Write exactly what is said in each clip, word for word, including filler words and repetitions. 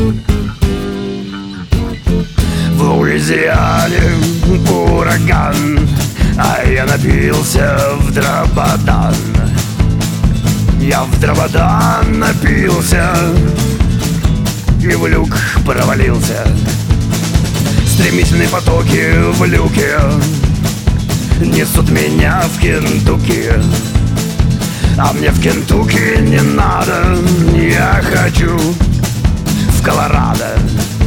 В Луизиане ураган, а я напился в дрободан. Я в дрободан напился и в люк провалился. Стремительные потоки в люке несут меня в Кентукки. А мне в Кентукки не надо, я хочу в Колорадо.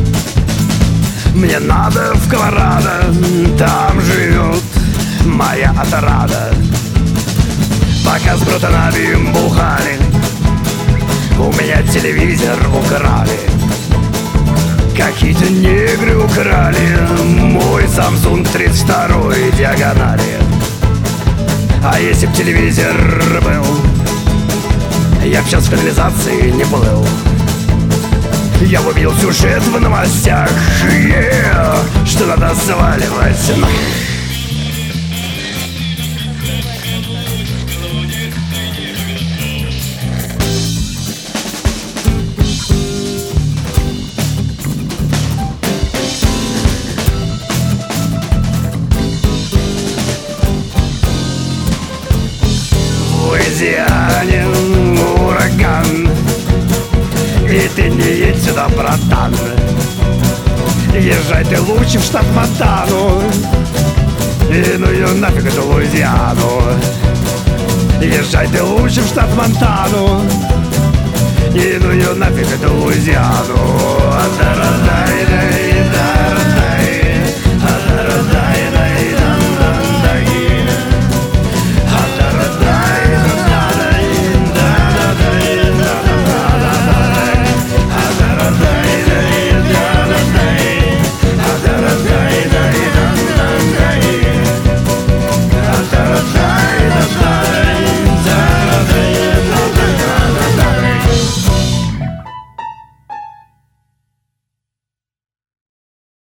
Мне надо в Колорадо, там живет моя оторада. Пока с братанами бухали, у меня телевизор украли. Какие-то негры украли мой Samsung тридцать второй диагонали. А если б телевизор был, я б сейчас в канализации не плыл. Я бы увидел сюжет в новостях, yeah, что надо сваливать. В Луизиане ураган, и ты не едь сюда, братан. Езжай ты лучше в штат Монтану, и ну ее нафиг эту Луизиану. Езжай ты лучше в штат Монтану, и ну ее нафиг эту Луизиану.